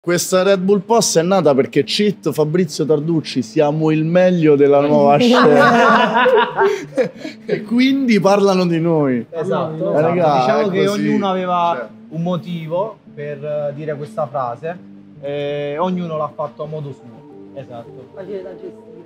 Questa Red Bull Post è nata perché Cheat, Fabrizio Tarducci, siamo il meglio della nuova scena. E quindi parlano di noi. Esatto. Raga, diciamo che così, ognuno aveva cioè. un motivo per dire questa frase e ognuno l'ha fatto a modo suo. Esatto. Facile da gestire.